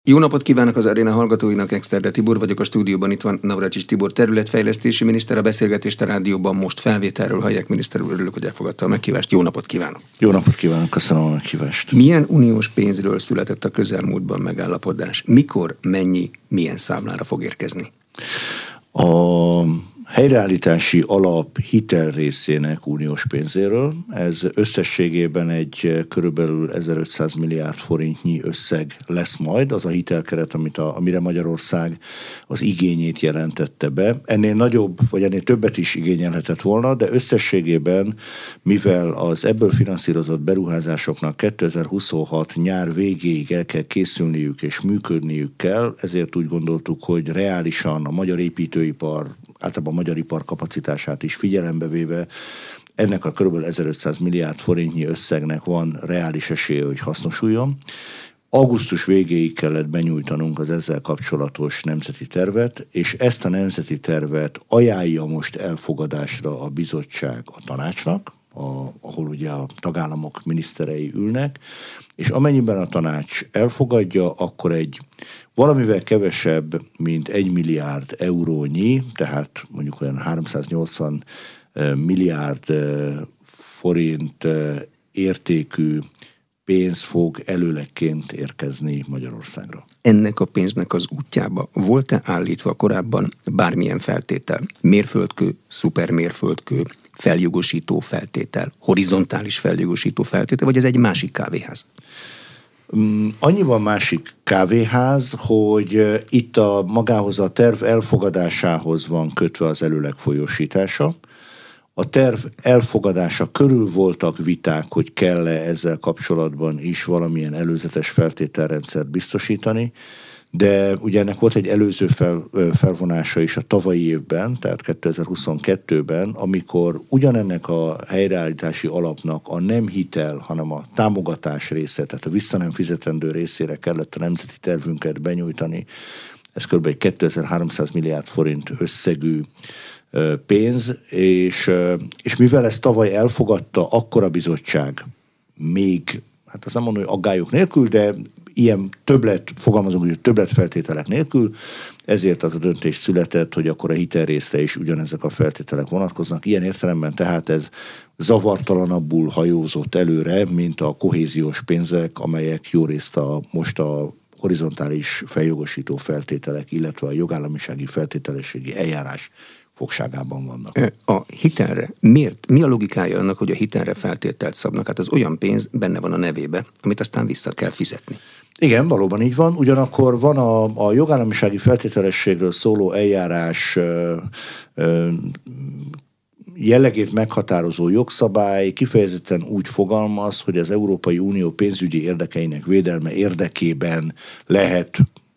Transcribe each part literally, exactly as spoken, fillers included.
Jó napot kívánok az aréna hallgatóinak, Exterde Tibor vagyok, a stúdióban itt van Navracsics Tibor területfejlesztési miniszter, a beszélgetést a rádióban most felvételről hallják. Miniszter úr, örülök, hogy elfogadta a meghívást. Jó napot kívánok! Jó napot kívánok, köszönöm a meghívást! Milyen uniós pénzről született a közelmúltban megállapodás? Mikor, mennyi, milyen számlára fog érkezni? A helyreállítási alap hitel részének uniós pénzéről, ez összességében egy körülbelül ezerötszáz milliárd forintnyi összeg lesz majd, az a hitelkeret, amit a, amire Magyarország az igényét jelentette be. Ennél nagyobb, vagy ennél többet is igényelhetett volna, de összességében, mivel az ebből finanszírozott beruházásoknak kétezer-huszonhat nyár végéig el kell készülniük és működniük kell, ezért úgy gondoltuk, hogy reálisan a magyar építőipar, általában a magyar ipar kapacitását is figyelembe véve, ennek a kb. ezerötszáz milliárd forintnyi összegnek van reális esélye, hogy hasznosuljon. Augusztus végéig kellett benyújtanunk az ezzel kapcsolatos nemzeti tervet, és ezt a nemzeti tervet ajánlja most elfogadásra a bizottság a tanácsnak, a, ahol ugye a tagállamok miniszterei ülnek, és amennyiben a tanács elfogadja, akkor egy valamivel kevesebb, mint egy milliárd eurónyi, tehát mondjuk olyan háromszáznyolcvan milliárd forint értékű pénz fog előlegként érkezni Magyarországra. Ennek a pénznek az útjába volt-e állítva korábban bármilyen feltétel? Mérföldkő, szupermérföldkő, feljogosító feltétel, horizontális feljogosító feltétel, vagy ez egy másik kávéház? Annyiban másik kávéház, hogy itt a magához a terv elfogadásához van kötve az előleg folyósítása. A terv elfogadása körül voltak viták, hogy kell-e ezzel kapcsolatban is valamilyen előzetes feltételrendszert biztosítani, de ugye ennek volt egy előző fel, felvonása is a tavalyi évben, tehát kétezer-huszonkettőben, amikor ugyanennek a helyreállítási alapnak a nem hitel, hanem a támogatás része, tehát a vissza nem fizetendő részére kellett a nemzeti tervünket benyújtani. Ez kb. kétezer-háromszáz milliárd forint összegű pénz, és, és mivel ezt tavaly elfogadta, akkor a bizottság még, hát azt nem mondom, hogy aggályok nélkül, de ilyen többlet, fogalmazunk, hogy többletfeltételek nélkül, ezért az a döntés született, hogy akkor a hitelrészre is ugyanezek a feltételek vonatkoznak. Ilyen értelemben tehát ez zavartalanabbul hajózott előre, mint a kohéziós pénzek, amelyek jó részt a, most a horizontális feljogosító feltételek, illetve a jogállamisági feltételességi eljárás fogságában vannak. A hitelre miért? Mi a logikája annak, hogy a hitelre feltételt szabnak? Hát az olyan pénz benne van a nevébe, amit aztán vissza kell fizetni. Igen, valóban így van. Ugyanakkor van a, a jogállamisági feltételességről szóló eljárás ö, ö, jellegét meghatározó jogszabály kifejezetten úgy fogalmaz, hogy az Európai Unió pénzügyi érdekeinek védelme érdekében lehet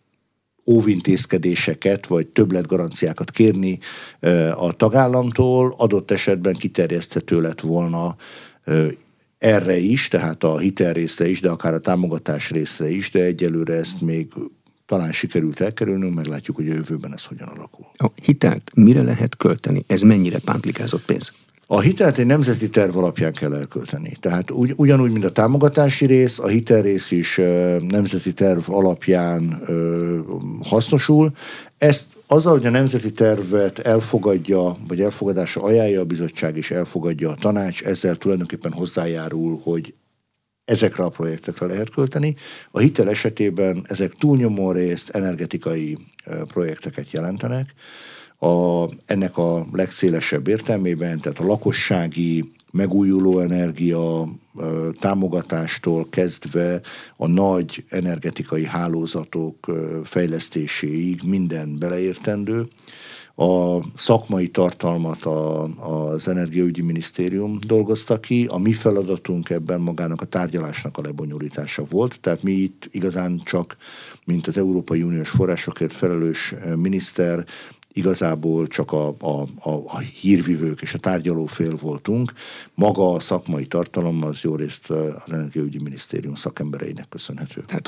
óvintézkedéseket vagy többletgaranciákat kérni a tagállamtól, adott esetben kiterjeszthető lett volna erre is, tehát a hitelrészre is, de akár a támogatás részre is, de egyelőre ezt még talán sikerült elkerülnünk, meglátjuk, hogy a jövőben ez hogyan alakul. A hitelt mire lehet költeni? Ez mennyire pántlikázott pénz? A hitelt egy nemzeti terv alapján kell elkölteni. Tehát ugy, ugyanúgy, mint a támogatási rész, a hitelrész is ö, nemzeti terv alapján ö, hasznosul. Ezt azzal, hogy a nemzeti tervet elfogadja, vagy elfogadásra ajánlja a bizottság és elfogadja a tanács, ezzel tulajdonképpen hozzájárul, hogy ezekre a projektekre lehet költeni. A hitel esetében ezek túlnyomó részt energetikai projekteket jelentenek. A, ennek a legszélesebb értelmében, tehát a lakossági megújuló energia ö, támogatástól kezdve a nagy energetikai hálózatok ö, fejlesztéséig minden beleértendő. A szakmai tartalmat a, az Energiaügyi Minisztérium dolgozta ki, a mi feladatunk ebben magának a tárgyalásnak a lebonyolítása volt, tehát mi itt igazán csak, mint az Európai Uniós forrásokért felelős miniszter, igazából csak a, a, a, a hírvivők és a tárgyalófél voltunk. Maga a szakmai tartalom az jó részt az Energiaügyi Minisztérium szakembereinek köszönhető. Tehát ha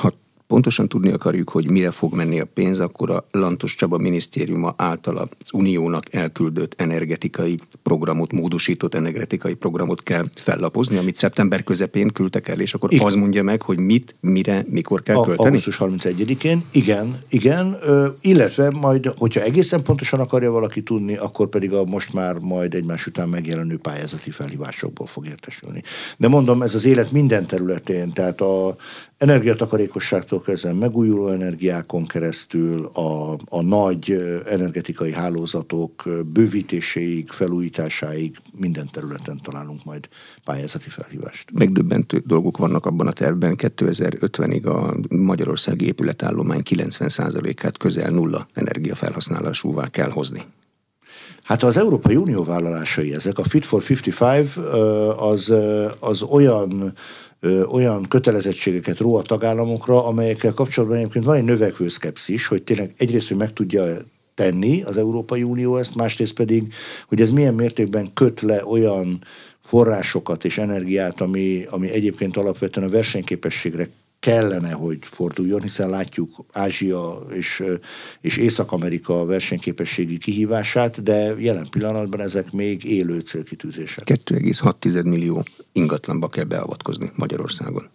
pontosan tudni akarjuk, hogy mire fog menni a pénz, akkor a Lantos Csaba minisztériuma által az Uniónak elküldött energetikai programot, módosított energetikai programot kell fellapozni, amit szeptember közepén küldtek el, és akkor igen. Az mondja meg, hogy mit, mire, mikor kell a, költeni? augusztus harmincegyedikén, igen, igen, ö, illetve majd, hogyha egészen pontosan akarja valaki tudni, akkor pedig a most már majd egymás után megjelenő pályázati felhívásokból fog értesülni. De mondom, ez az élet minden területén, tehát a energiatakarékosságtól kezdve megújuló energiákon keresztül a, a nagy energetikai hálózatok bővítéséig, felújításáig minden területen találunk majd pályázati felhívást. Megdöbbentő dolgok vannak abban a tervben. kétezer-ötvenig a magyarországi épületállomány kilencven százalékát közel nulla energiafelhasználásúvá kell hozni. Hát az Európai Unió vállalásai ezek, a Fit for ötvenöt az, az olyan Ö, olyan kötelezettségeket ró a tagállamokra, amelyekkel kapcsolatban egyébként van egy növekvő szkepszis, hogy tényleg egyrészt, hogy meg tudja tenni az Európai Unió ezt, másrészt pedig, hogy ez milyen mértékben köt le olyan forrásokat és energiát, ami, ami egyébként alapvetően a versenyképességre kellene, hogy forduljon, hiszen látjuk Ázsia és, és Észak-Amerika versenyképességi kihívását, de jelen pillanatban ezek még élő célkitűzések. kettő egész hat millió ingatlanba kell beavatkozni Magyarországon.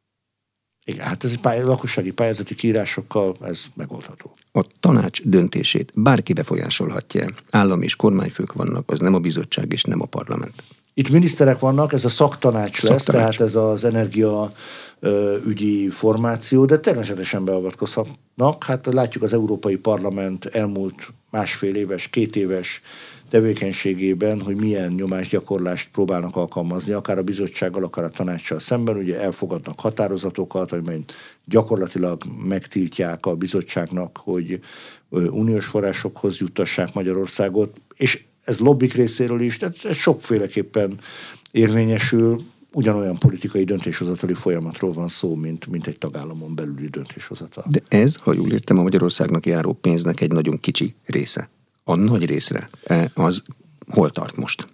Igen, hát ez egy pály- lakossági pályázati kiírásokkal ez megoldható. A tanács döntését bárki befolyásolhatja. Állam és kormányfők vannak, az nem a bizottság és nem a parlament. Itt miniszterek vannak, ez a szaktanács lesz, szaktanács. Tehát ez az energia ügyi formáció, de természetesen beavatkozhatnak. Hát látjuk az Európai Parlament elmúlt másfél éves, két éves tevékenységében, hogy milyen nyomásgyakorlást próbálnak alkalmazni, akár a bizottsággal, akár a tanácssal szemben. Ugye elfogadnak határozatokat, hogy gyakorlatilag megtiltják a bizottságnak, hogy uniós forrásokhoz juttassák Magyarországot, és ez lobbik részéről is, de ez sokféleképpen érvényesül. Ugyanolyan politikai döntéshozatali folyamatról van szó, mint, mint egy tagállamon belüli döntéshozatal. De ez, ha jól értem, a Magyarországnak járó pénznek egy nagyon kicsi része. A nagy részre az hol tart most?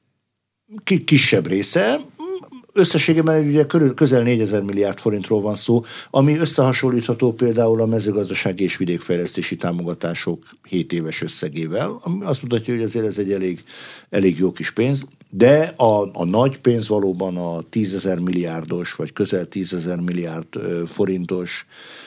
K- kisebb része. Összességében ugye körül, közel négyezer milliárd forintról van szó, ami összehasonlítható például a mezőgazdasági és vidékfejlesztési támogatások hét éves összegével, ami azt mutatja, hogy azért ez egy elég, elég jó kis pénz, de a, a nagy pénz valóban a tízezer milliárdos, vagy közel tízezer milliárd forintos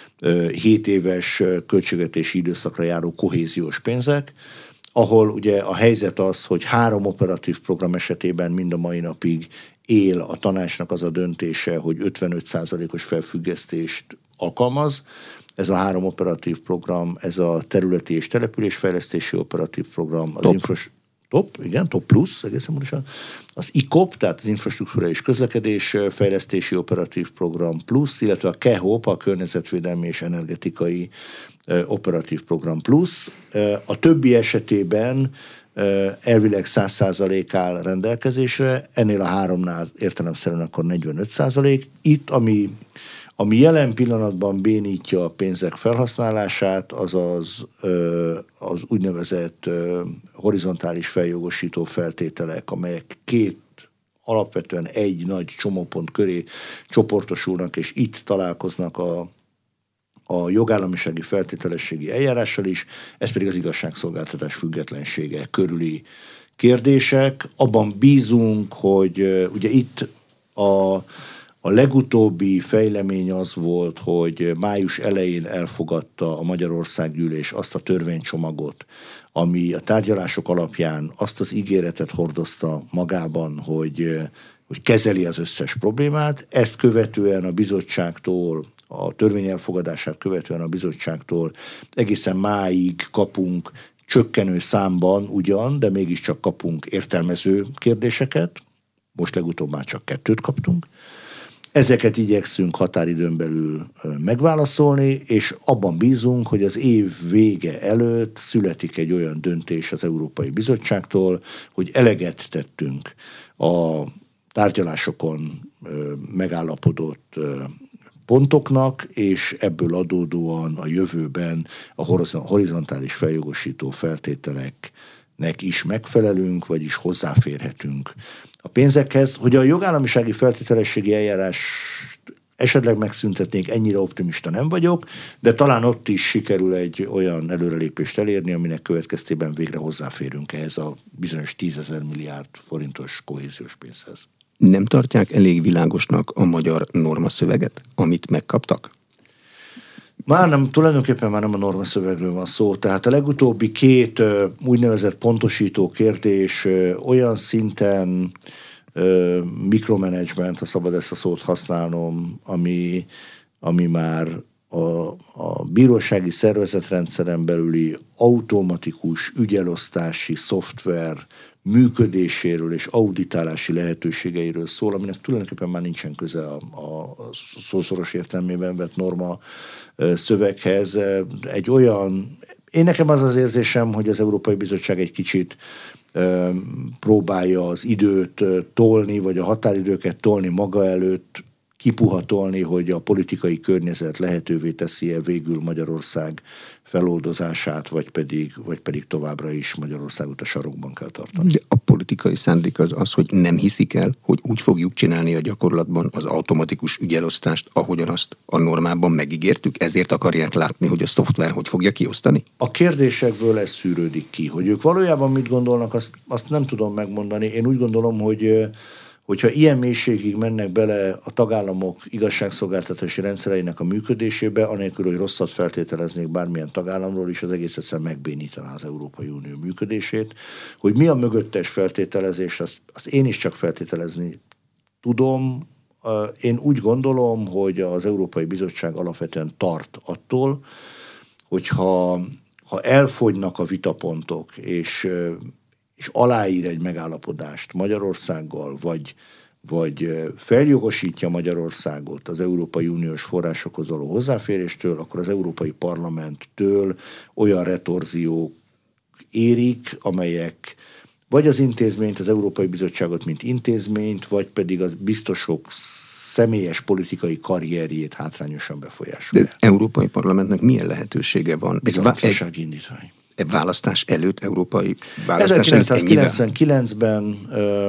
hét éves költségvetési időszakra járó kohéziós pénzek, ahol ugye a helyzet az, hogy három operatív program esetében mind a mai napig él a tanácsnak az a döntése, hogy ötvenöt százalékos felfüggesztést alkalmaz. Ez a három operatív program, ez a területi és településfejlesztési operatív program, az infrastruktúra, top, igen, top plusz, egészen pontosan, az i kop, tehát az infrastruktúra és közlekedés fejlesztési operatív program plusz, illetve a kehop, a környezetvédelmi és energetikai operatív program plusz. A többi esetében elvileg száz százalék áll rendelkezésre, ennél a háromnál értelemszerűen akkor negyvenöt százalék. Itt, ami, ami jelen pillanatban bénítja a pénzek felhasználását, az az, az úgynevezett horizontális feljogosító feltételek, amelyek két alapvetően egy nagy csomópont köré csoportosulnak, és itt találkoznak a a jogállamisági feltételességi eljárással is, ez pedig az igazságszolgáltatás függetlensége körüli kérdések. Abban bízunk, hogy ugye itt a, a legutóbbi fejlemény az volt, hogy május elején elfogadta a Magyarországgyűlés azt a törvénycsomagot, ami a tárgyalások alapján azt az ígéretet hordozta magában, hogy, hogy kezeli az összes problémát. Ezt követően a bizottságtól, a törvény elfogadását követően a bizottságtól egészen máig kapunk csökkenő számban ugyan, de mégiscsak kapunk értelmező kérdéseket. Most legutóbb már csak kettőt kaptunk. Ezeket igyekszünk határidőn belül megválaszolni, és abban bízunk, hogy az év vége előtt születik egy olyan döntés az Európai Bizottságtól, hogy eleget tettünk a tárgyalásokon megállapodott pontoknak, és ebből adódóan a jövőben a horizontális feljogosító feltételeknek is megfelelünk, vagyis hozzáférhetünk a pénzekhez. Hogy a jogállamisági feltételességi eljárás esetleg megszüntetnék, ennyire optimista nem vagyok, de talán ott is sikerül egy olyan előrelépést elérni, aminek következtében végre hozzáférünk ehhez a bizonyos tízezer milliárd forintos kohéziós pénzhez. Nem tartják elég világosnak a magyar normaszöveget, amit megkaptak? Már nem, tulajdonképpen már nem a normaszövegről van szó. Tehát a legutóbbi két ö, úgynevezett pontosító kérdés ö, olyan szinten ö, mikromanagement, ha szabad ezt a szót használnom, ami, ami már a, a bírósági szervezetrendszeren belüli automatikus ügyelosztási szoftver működéséről és auditálási lehetőségeiről szól, aminek tulajdonképpen már nincsen köze a, a szószoros értelmében vett norma szöveghez. Egy olyan, én nekem az az érzésem, hogy az Európai Bizottság egy kicsit próbálja az időt tolni, vagy a határidőket tolni maga előtt, kipuhatolni, hogy a politikai környezet lehetővé teszi-e végül Magyarország feloldozását, vagy pedig, vagy pedig továbbra is Magyarországot a sarokban kell tartani. De a politikai szándék az az, hogy nem hiszik el, hogy úgy fogjuk csinálni a gyakorlatban az automatikus ügyelosztást, ahogyan azt a normában megígértük, ezért akarják látni, hogy a szoftver hogy fogja kiosztani? A kérdésekből ez szűrődik ki. Hogy ők valójában mit gondolnak, azt, azt nem tudom megmondani. Én úgy gondolom, hogy hogyha ilyen mélységig mennek bele a tagállamok igazságszolgáltatási rendszereinek a működésébe, anélkül, hogy rosszat feltételeznék bármilyen tagállamról is, az egész egyszer megbénítaná az Európai Unió működését. Hogy mi a mögöttes feltételezés, azt, azt én is csak feltételezni tudom. Én úgy gondolom, hogy az Európai Bizottság alapvetően tart attól, hogyha ha elfogynak a vitapontok, és és aláír egy megállapodást Magyarországgal, vagy, vagy feljogosítja Magyarországot az Európai Uniós forrásokhoz való hozzáféréstől, akkor az Európai Parlamenttől olyan retorziók érik, amelyek vagy az intézményt, az Európai Bizottságot, mint intézményt, vagy pedig az biztosok személyes politikai karrierjét hátrányosan befolyásolják. De Európai Parlamentnek milyen lehetősége van? Bizonytalansági indítvány. Választás előtt, európai választás ezerkilencszázkilencvenkilencben,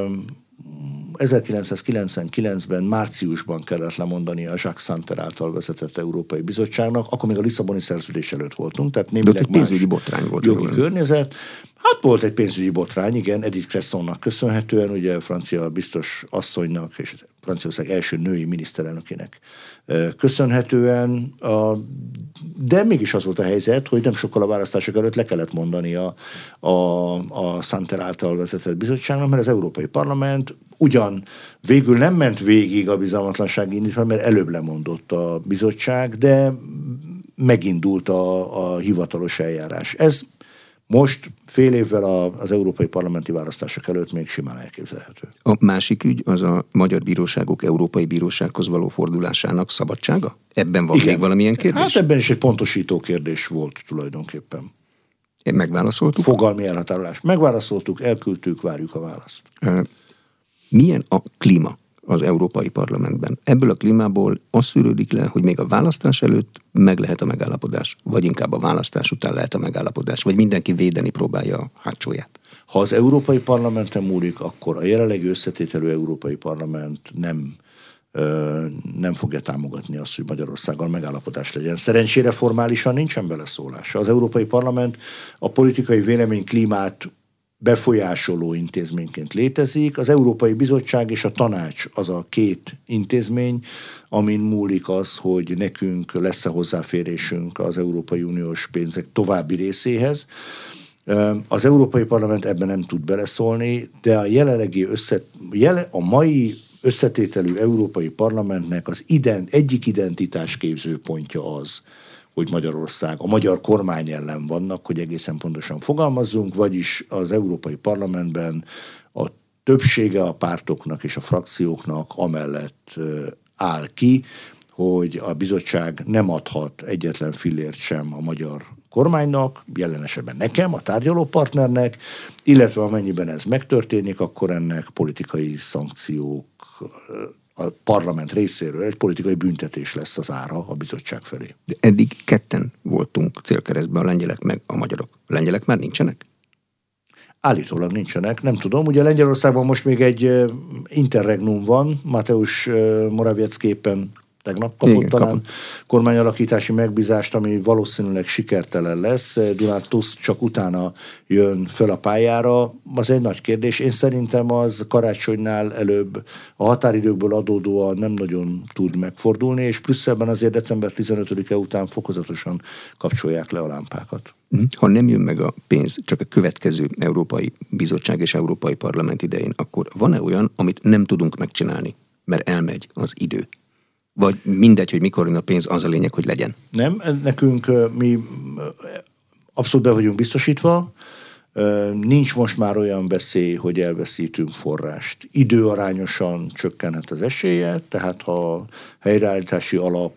ezerkilencszázkilencvenkilencben márciusban kellett lemondani a Jacques Santer által vezetett Európai Bizottságnak, akkor még a Lisszaboni szerződés előtt voltunk, tehát némileg más pénzügyi botrány volt jogi jól. környezet. Hát volt egy pénzügyi botrány, igen, Edith Cressonnak köszönhetően, ugye francia biztos asszonynak és Franciaország első női miniszterelnökének köszönhetően, a, de mégis az volt a helyzet, hogy nem sokkal a választások előtt le kellett mondani a, a, a Santer által vezetett bizottságnak, mert az Európai Parlament ugyan végül nem ment végig a bizalmatlansági indítvány, mert előbb lemondott a bizottság, de megindult a, a hivatalos eljárás. Ez most fél évvel az európai parlamenti választások előtt még simán elképzelhető. A másik ügy az a magyar bíróságok európai bírósághoz való fordulásának szabadsága? Ebben van Igen. még valamilyen kérdés? Hát ebben is egy pontosító kérdés volt tulajdonképpen. Megválaszoltuk? Fogalmi elhatárolás. Megválaszoltuk, elküldtük, várjuk a választ. Milyen a klíma az Európai Parlamentben? Ebből a klímából az szűrődik le, hogy még a választás előtt meg lehet a megállapodás, vagy inkább a választás után lehet a megállapodás, vagy mindenki védeni próbálja a hátsóját. Ha az Európai Parlamenten múlik, akkor a jelenlegi összetételű Európai Parlament nem, ö, nem fogja támogatni azt, hogy Magyarországgal megállapodás legyen. Szerencsére formálisan nincsen beleszólása. Az Európai Parlament a politikai vélemény klímát befolyásoló intézményként létezik. Az Európai Bizottság és a Tanács az a két intézmény, amin múlik az, hogy nekünk lesz-e hozzáférésünk az Európai Uniós pénzek további részéhez. Az Európai Parlament ebben nem tud beleszólni, de a jelenlegi össze, jele, a mai összetételű Európai Parlamentnek az ident, egyik identitásképző pontja az, hogy Magyarország, a magyar kormány ellen vannak, hogy egészen pontosan fogalmazzunk, vagyis az Európai Parlamentben a többsége a pártoknak és a frakcióknak amellett áll ki, hogy a bizottság nem adhat egyetlen fillért sem a magyar kormánynak, jelen esetben nekem, a tárgyalópartnernek, illetve amennyiben ez megtörténik, akkor ennek politikai szankciók a parlament részéről egy politikai büntetés lesz az ára a bizottság felé. De eddig ketten voltunk célkeresztben, a lengyelek meg a magyarok. A lengyelek már nincsenek? Állítólag nincsenek, nem tudom. Ugye Lengyelországban most még egy interregnum van, Mateusz Morawiecki éppen tegnap kapott Igen, talán kapott. kormányalakítási megbízást, ami valószínűleg sikertelen lesz. Donald Tusk csak utána jön föl a pályára. Az egy nagy kérdés. Én szerintem az karácsonynál előbb a határidőkből adódóan nem nagyon tud megfordulni, és Brüsszelben azért december tizenötödike után fokozatosan kapcsolják le a lámpákat. Ha nem jön meg a pénz csak a következő Európai Bizottság és Európai Parlament idején, akkor van-e olyan, amit nem tudunk megcsinálni, mert elmegy az idő? Vagy mindegy, hogy mikor jön a pénz, az a lényeg, hogy legyen? Nem, nekünk mi abszolút be vagyunk biztosítva. Nincs most már olyan veszély, hogy elveszítünk forrást. Időarányosan csökkenhet az esélye, tehát ha helyreállítási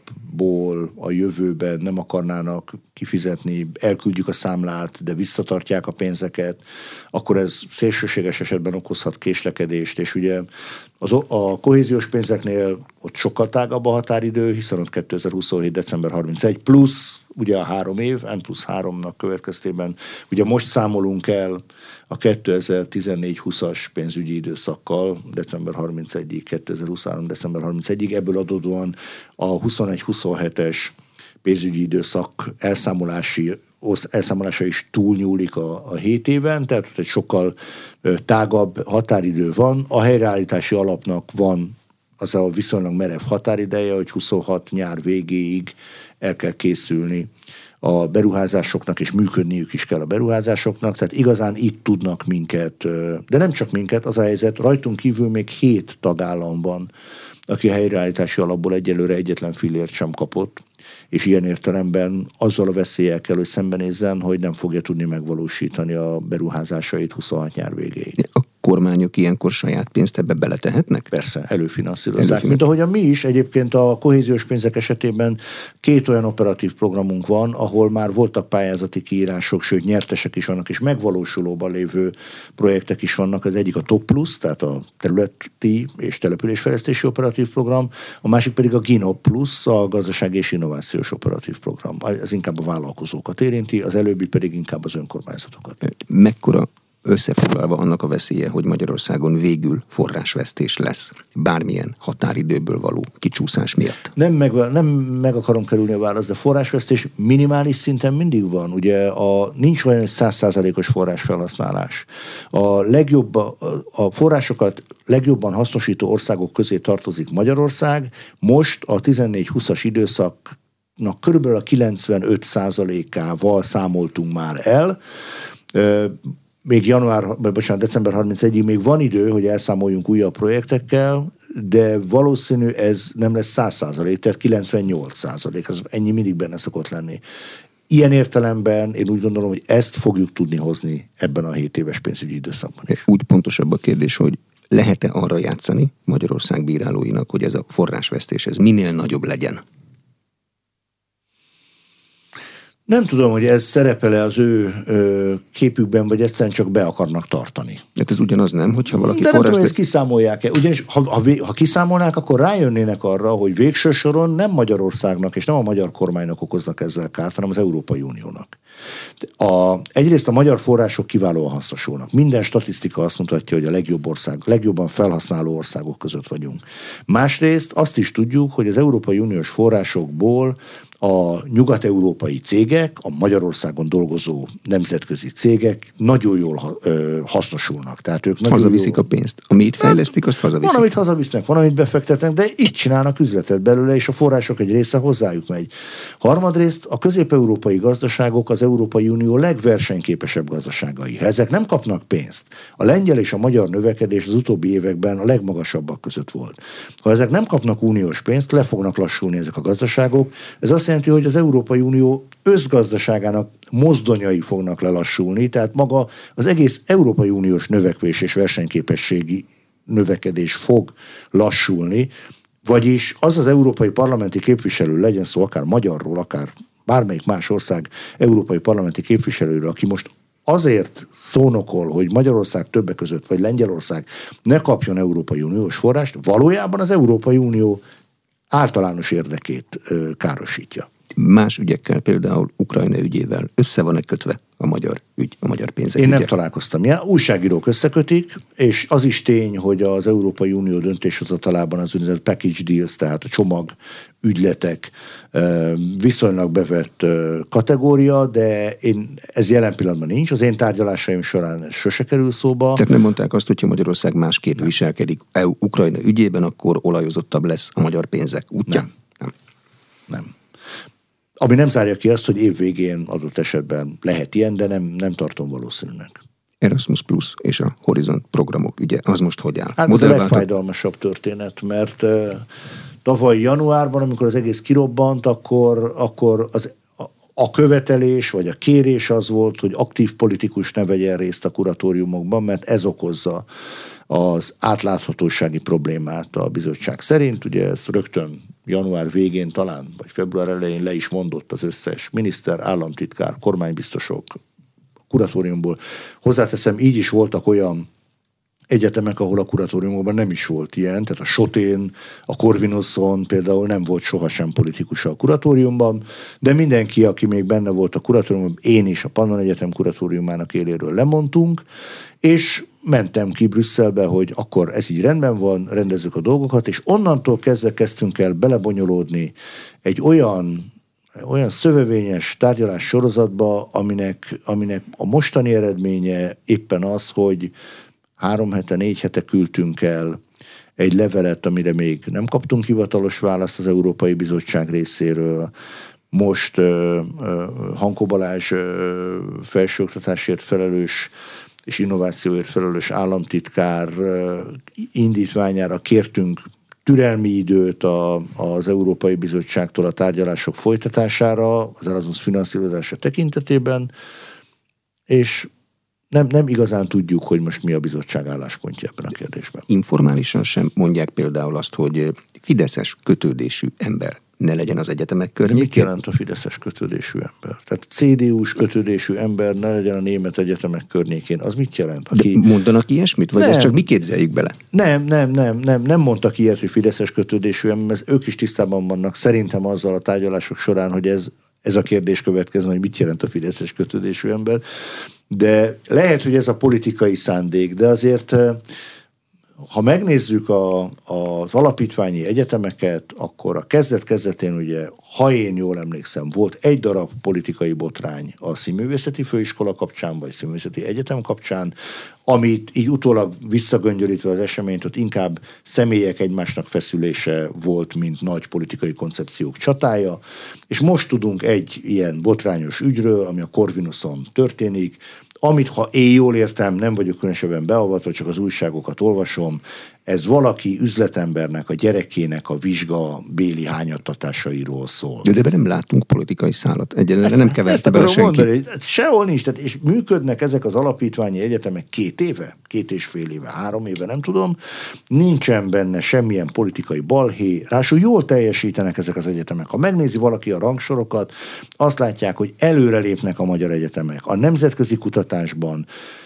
alapból a jövőben nem akarnának kifizetni, elküldjük a számlát, de visszatartják a pénzeket, akkor ez szélsőséges esetben okozhat késlekedést, és ugye az, a kohéziós pénzeknél ott sokkal tágabb a határidő, hiszen ott kétezer-huszonhét. december harmincegyedike plusz ugye a három év, N plusz háromnak következtében. Ugye most számolunk el a kétezer-tizennégy húszas pénzügyi időszakkal, december harmincegyedikéig, kétezer-huszonhárom. december harmincegyedikéig, ebből adódóan a huszonegy huszonhetes pénzügyi időszak elszámolási elszámolása is túlnyúlik a, a hét éven, tehát egy sokkal tágabb határidő van. A helyreállítási alapnak van az a viszonylag merev határideje, hogy huszonhat nyár végéig el kell készülni a beruházásoknak, és működniük is kell a beruházásoknak, tehát igazán itt tudnak minket, de nem csak minket, az a helyzet, rajtunk kívül még hét tagállam van, aki a helyreállítási alapból egyelőre egyetlen fillért sem kapott, és ilyen értelemben azzal a veszéllyel kell, hogy szembenézzen, hogy nem fogja tudni megvalósítani a beruházásait huszonhat nyár végéig. A kormányok ilyenkor saját pénzt ebbe beletehetnek? Persze, előfinanszírozzák. Mint ahogyan mi is, egyébként a kohéziós pénzek esetében két olyan operatív programunk van, ahol már voltak pályázati kiírások, sőt nyertesek is vannak, és megvalósulóban lévő projektek is vannak. Az egyik a Top Plus, tehát a területi és településfejlesztési operatív program, a másik pedig a GINOP Plus, a gazdasági és innovációs operatív program. Ez inkább a vállalkozókat érinti, az előbbi pedig inkább az önkormányzatokat. Mekkora összefoglalva annak a veszélye, hogy Magyarországon végül forrásvesztés lesz bármilyen határidőből való kicsúszás miatt? Nem meg, nem meg akarom kerülni a választ, de forrásvesztés minimális szinten mindig van. Ugye a, nincs olyan száz százalékos forrásfelhasználás. A legjobb, a forrásokat legjobban hasznosító országok közé tartozik Magyarország. Most a tizennégy húszas időszaknak körülbelül a kilencvenöt százalékával számoltunk már el. Még január, bocsánat, december harmincegyedikéig még van idő, hogy elszámoljunk újabb projektekkel, de valószínű ez nem lesz száz százalék, tehát kilencvennyolc százalék, az ennyi mindig benne szokott lenni. Ilyen értelemben én úgy gondolom, hogy ezt fogjuk tudni hozni ebben a hét éves pénzügyi időszakban is. Úgy pontosabb a kérdés, hogy lehet-e arra játszani Magyarország bírálóinak, hogy ez a forrásvesztés ez minél nagyobb legyen? Nem tudom, hogy ez szerepel-e az ő ö, képükben, vagy egyszerűen csak be akarnak tartani. Hát ez ugyanaz nem, hogyha valaki De nem forrás... tudom, hogy ezt kiszámolják-e. Ugyanis ha, ha, ha kiszámolnák, akkor rájönnének arra, hogy végső soron nem Magyarországnak és nem a magyar kormánynak okoznak ezzel kárt, hanem az Európai Uniónak. A, egyrészt a magyar források kiválóan hasznosulnak. Minden statisztika azt mutatja, hogy a legjobb ország, legjobban felhasználó országok között vagyunk. Másrészt azt is tudjuk, hogy az Európai Uniós forrásokból a nyugat-európai cégek, a Magyarországon dolgozó nemzetközi cégek nagyon jól ö, hasznosulnak. Tehát ők nagyon hazaviszik jól... a pénzt. Amit fejlesztik, azt hazaviszik. Van, amit hazavisznek, van, amit befektetnek, de itt csinálnak üzletet belőle, és a források egy része hozzájuk megy. Harmadrészt a közép-európai gazdaságok az Európai Unió legversenyképesebb gazdaságai. Ha ezek nem kapnak pénzt, a lengyel és a magyar növekedés az utóbbi években a legmagasabbak között volt. Ha ezek nem kapnak uniós pénzt, le fognak lassulni ezek a gazdaságok. Ez azt jelenti, hogy az Európai Unió összgazdaságának mozdonyai fognak lelassulni, tehát maga az egész Európai Uniós növekvés és versenyképességi növekedés fog lassulni, vagyis az az európai parlamenti képviselő, legyen szó akár magyarról, akár bármelyik más ország európai parlamenti képviselőről, aki most azért szónokol, hogy Magyarország többek között, vagy Lengyelország ne kapjon Európai Uniós forrást, valójában az Európai Unió általános érdekét ö, károsítja. Más ügyekkel, például Ukrajna ügyével össze van-e kötve a magyar ügy, a magyar pénzek Én ügye. nem találkoztam ilyen. Újságírók összekötik, és az is tény, hogy az Európai Unió döntéshozatalában az úgynevezett package deals, tehát a csomag ügyletek viszonylag bevett kategória, de én, ez jelen pillanatban nincs. Az én tárgyalásaim során ez sose kerül szóba. Tehát nem mondták azt, hogyha Magyarország másképp nem. viselkedik E U-Ukrajna ügyében, akkor olajozottabb lesz a magyar pénzek útja? Nem. Nem. nem. Ami nem zárja ki azt, hogy év végén adott esetben lehet ilyen, de nem, nem tartom valószínűnek. Erasmus Plus és a Horizont programok ügye, az most hogy áll? Hát ez a legfájdalmasabb történet, mert uh, tavaly januárban, amikor az egész kirobbant, akkor, akkor az, a, a követelés vagy a kérés az volt, hogy aktív politikus ne vegyen részt a kuratóriumokban, mert ez okozza az átláthatósági problémát a bizottság szerint. Ugye ez rögtön január végén talán, vagy február elején le is mondott az összes miniszter, államtitkár, kormánybiztosok, kuratóriumból. Hozzáteszem, így is voltak olyan egyetemek, ahol a kuratóriumokban nem is volt ilyen, tehát a Sotén, a Corvinuson például nem volt sohasem politikus a kuratóriumban, de mindenki, aki még benne volt a kuratóriumban, én is a Pannon Egyetem kuratóriumának éléről lemondtunk, és mentem ki Brüsszelbe, hogy akkor ez így rendben van, rendezzük a dolgokat, és onnantól kezdve kezdtünk el belebonyolódni egy olyan olyan szövevényes tárgyalás sorozatba, aminek, aminek a mostani eredménye éppen az, hogy három hete, négy hete küldtünk el egy levelet, amire még nem kaptunk hivatalos választ az Európai Bizottság részéről. Most uh, uh, Hankó Balázs uh, felsőoktatásért felelős és innovációért felelős államtitkár uh, indítványára kértünk türelmi időt a, az Európai Bizottságtól a tárgyalások folytatására, az Erasmus finanszírozása tekintetében, és nem, nem igazán tudjuk, hogy most mi a bizottság álláspontja ebben a kérdésben. Informálisan sem mondják például azt, hogy fideszes kötődésű ember ne legyen az egyetemek környékén. Mit jelent a fideszes kötődésű ember? Tehát cé dé u-s kötődésű ember ne legyen a német egyetemek környékén. Az mit jelent? Aki... De mondanak ilyesmit? Vagy nem, ezt csak mi képzeljük bele? Nem, nem, nem, nem, nem mondtak ilyet, hogy fideszes kötődésű ember, ők is tisztában vannak szerintem azzal a tárgyalások során, hogy ez, ez a kérdés következne, hogy mit jelent a fideszes kötődésű ember. De lehet, hogy ez a politikai szándék, de azért ha megnézzük a, az alapítványi egyetemeket, akkor a kezdet-kezdetén ugye, ha én jól emlékszem, volt egy darab politikai botrány a Színművészeti Főiskola kapcsán, vagy Színművészeti Egyetem kapcsán, amit így utólag visszagöngyölítve az eseményt, ott inkább személyek egymásnak feszülése volt, mint nagy politikai koncepciók csatája, és most tudunk egy ilyen botrányos ügyről, ami a Corvinuson történik, amit, ha én jól értem, nem vagyok különösebben beavatva, csak az újságokat olvasom, ez valaki üzletembernek, a gyerekének a vizsga béli hányattatásairól szól. De ebben nem látunk politikai szálat. Egyelőre nem keverte bele senki. Mondani, sehol nincs, tehát és működnek ezek az alapítványi egyetemek két éve, két és fél éve, három éve, nem tudom. Nincsen benne semmilyen politikai balhé, ráadásul jól teljesítenek ezek az egyetemek. Ha megnézi valaki a rangsorokat, azt látják, hogy előrelépnek a magyar egyetemek. A nemzetközi kutatásban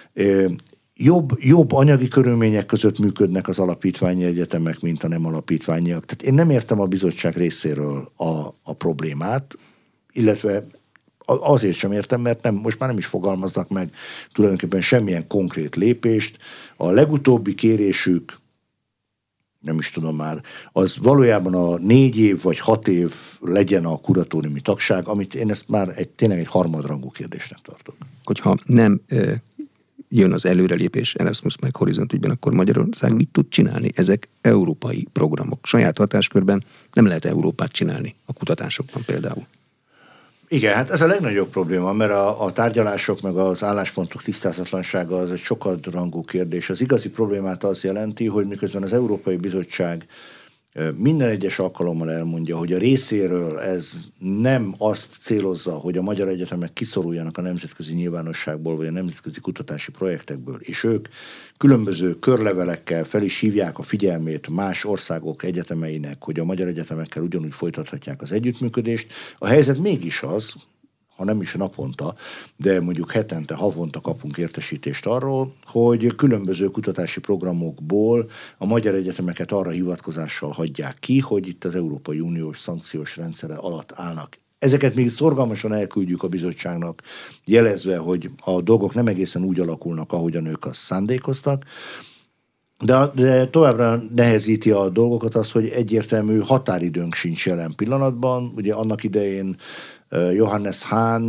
Jobb, jobb anyagi körülmények között működnek az alapítványi egyetemek, mint a nem alapítványiak. Tehát én nem értem a bizottság részéről a, a problémát, illetve azért sem értem, mert nem, most már nem is fogalmaznak meg tulajdonképpen semmilyen konkrét lépést. A legutóbbi kérésük, nem is tudom már, az valójában a négy év vagy hat év legyen a kuratóriumi tagság, amit én ezt már egy, tényleg egy harmadrangú kérdésnek tartok. Hogyha nem jön az előrelépés Erasmus meg Horizont ügyben, akkor Magyarország mit tud csinálni? Ezek európai programok. Saját hatáskörben nem lehet Európát csinálni a kutatásokban például. Igen, hát ez a legnagyobb probléma, mert a, a tárgyalások meg az álláspontok tisztázatlansága az egy sokadrangú kérdés. Az igazi problémát az jelenti, hogy miközben az Európai Bizottság minden egyes alkalommal elmondja, hogy a részéről ez nem azt célozza, hogy a magyar egyetemek kiszoruljanak a nemzetközi nyilvánosságból, vagy a nemzetközi kutatási projektekből, és ők különböző körlevelekkel fel is hívják a figyelmét más országok egyetemeinek, hogy a magyar egyetemekkel ugyanúgy folytathatják az együttműködést. A helyzet mégis az, ha nem is naponta, de mondjuk hetente, havonta kapunk értesítést arról, hogy különböző kutatási programokból a magyar egyetemeket arra hivatkozással hagyják ki, hogy itt az Európai Uniós szankciós rendszere alatt állnak. Ezeket még szorgalmasan elküldjük a bizottságnak, jelezve, hogy a dolgok nem egészen úgy alakulnak, ahogyan ők azt szándékoztak. De, de továbbra nehezíti a dolgokat az, hogy egyértelmű határidőnk sincs jelen pillanatban. Ugye annak idején Johannes Hahn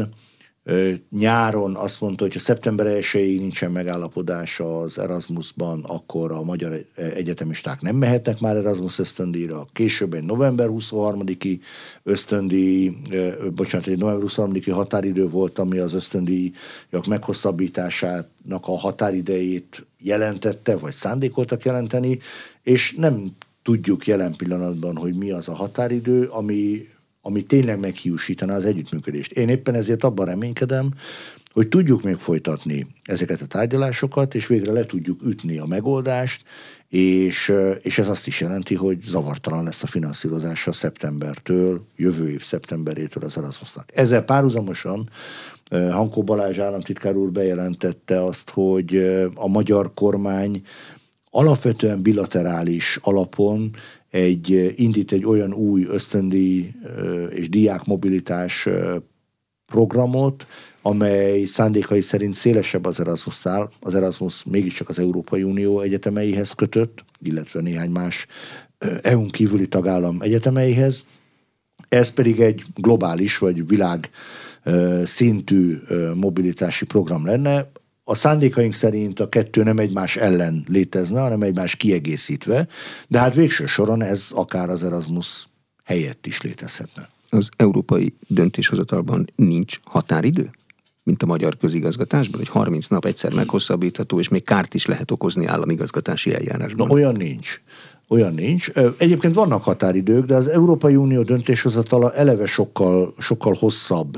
nyáron azt mondta, hogy ha szeptember elsejéig nincsen megállapodás az Erasmusban, akkor a magyar egyetemisták nem mehetnek már Erasmus ösztöndíjra. Később egy november huszonharmadiki ösztöndíj, bocsánat, egy november huszonharmadiki határidő volt, ami az ösztöndíjak meghosszabbításának a határidejét jelentette, vagy szándékoltak jelenteni, és nem tudjuk jelen pillanatban, hogy mi az a határidő, ami ami tényleg meghiúsítaná az együttműködést. Én éppen ezért abban reménykedem, hogy tudjuk még folytatni ezeket a tárgyalásokat, és végre le tudjuk ütni a megoldást, és, és ez azt is jelenti, hogy zavartalan lesz a finanszírozása szeptembertől, jövő év szeptemberétől az Erasmusnak. Ezzel párhuzamosan Hankó Balázs államtitkár úr bejelentette azt, hogy a magyar kormány alapvetően bilaterális alapon egy, indít egy olyan új ösztöndíj és diákmobilitás programot, amely szándékai szerint szélesebb az Erasmusnál. Az Erasmus mégiscsak az Európai Unió egyetemeihez kötött, illetve néhány más é u-n kívüli tagállam egyetemeihez. Ez pedig egy globális vagy világ szintű mobilitási program lenne. A szándékaink szerint a kettő nem egymás ellen létezne, hanem egymás kiegészítve, de hát végső soron ez akár az Erasmus helyett is létezhetne. Az európai döntéshozatalban nincs határidő, mint a magyar közigazgatásban, hogy harminc nap egyszer meghosszabbítható, és még kárt is lehet okozni államigazgatási eljárásban. Na, olyan nincs. Olyan nincs. Egyébként vannak határidők, de az Európai Unió döntéshozatala eleve sokkal, sokkal hosszabb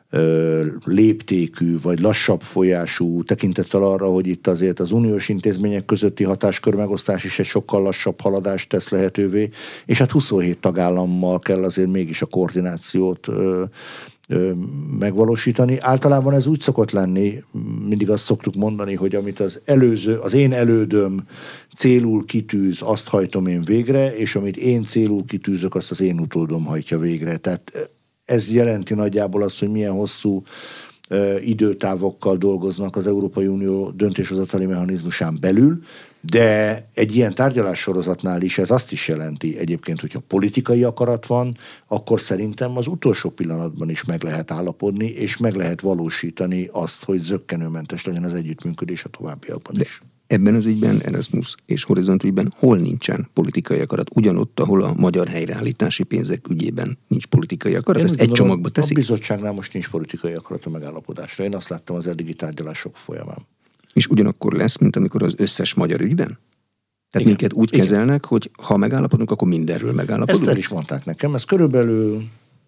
léptékű, vagy lassabb folyású, tekintettel arra, hogy itt azért az uniós intézmények közötti hatáskör megosztás is egy sokkal lassabb haladást tesz lehetővé, és hát huszonhét tagállammal kell azért mégis a koordinációt ö, ö, megvalósítani. Általában ez úgy szokott lenni, mindig azt szoktuk mondani, hogy amit az előző, az én elődöm célul kitűz, azt hajtom én végre, és amit én célul kitűzök, azt az én utódom hajtja végre. Tehát ez jelenti nagyjából azt, hogy milyen hosszú uh, időtávokkal dolgoznak az Európai Unió döntéshozatali mechanizmusán belül, de egy ilyen tárgyalássorozatnál is ez azt is jelenti egyébként, hogyha politikai akarat van, akkor szerintem az utolsó pillanatban is meg lehet állapodni, és meg lehet valósítani azt, hogy zökkenőmentes legyen az együttműködés a továbbiakban de is. Ebben az ügyben, Erasmus és Horizont ügyben hol nincsen politikai akarat? Ugyanott, ahol a magyar helyreállítási pénzek ügyében nincs politikai akarat? Én ezt egy csomagba teszik? A bizottságnál most nincs politikai akarat a megállapodásra. Én azt láttam az eddigi tárgyalások folyamán. És ugyanakkor lesz, mint amikor az összes magyar ügyben? Tehát igen, minket úgy igen. kezelnek, hogy ha megállapodunk, akkor mindenről megállapodunk? Ezt el is mondták nekem. Ez körülbelül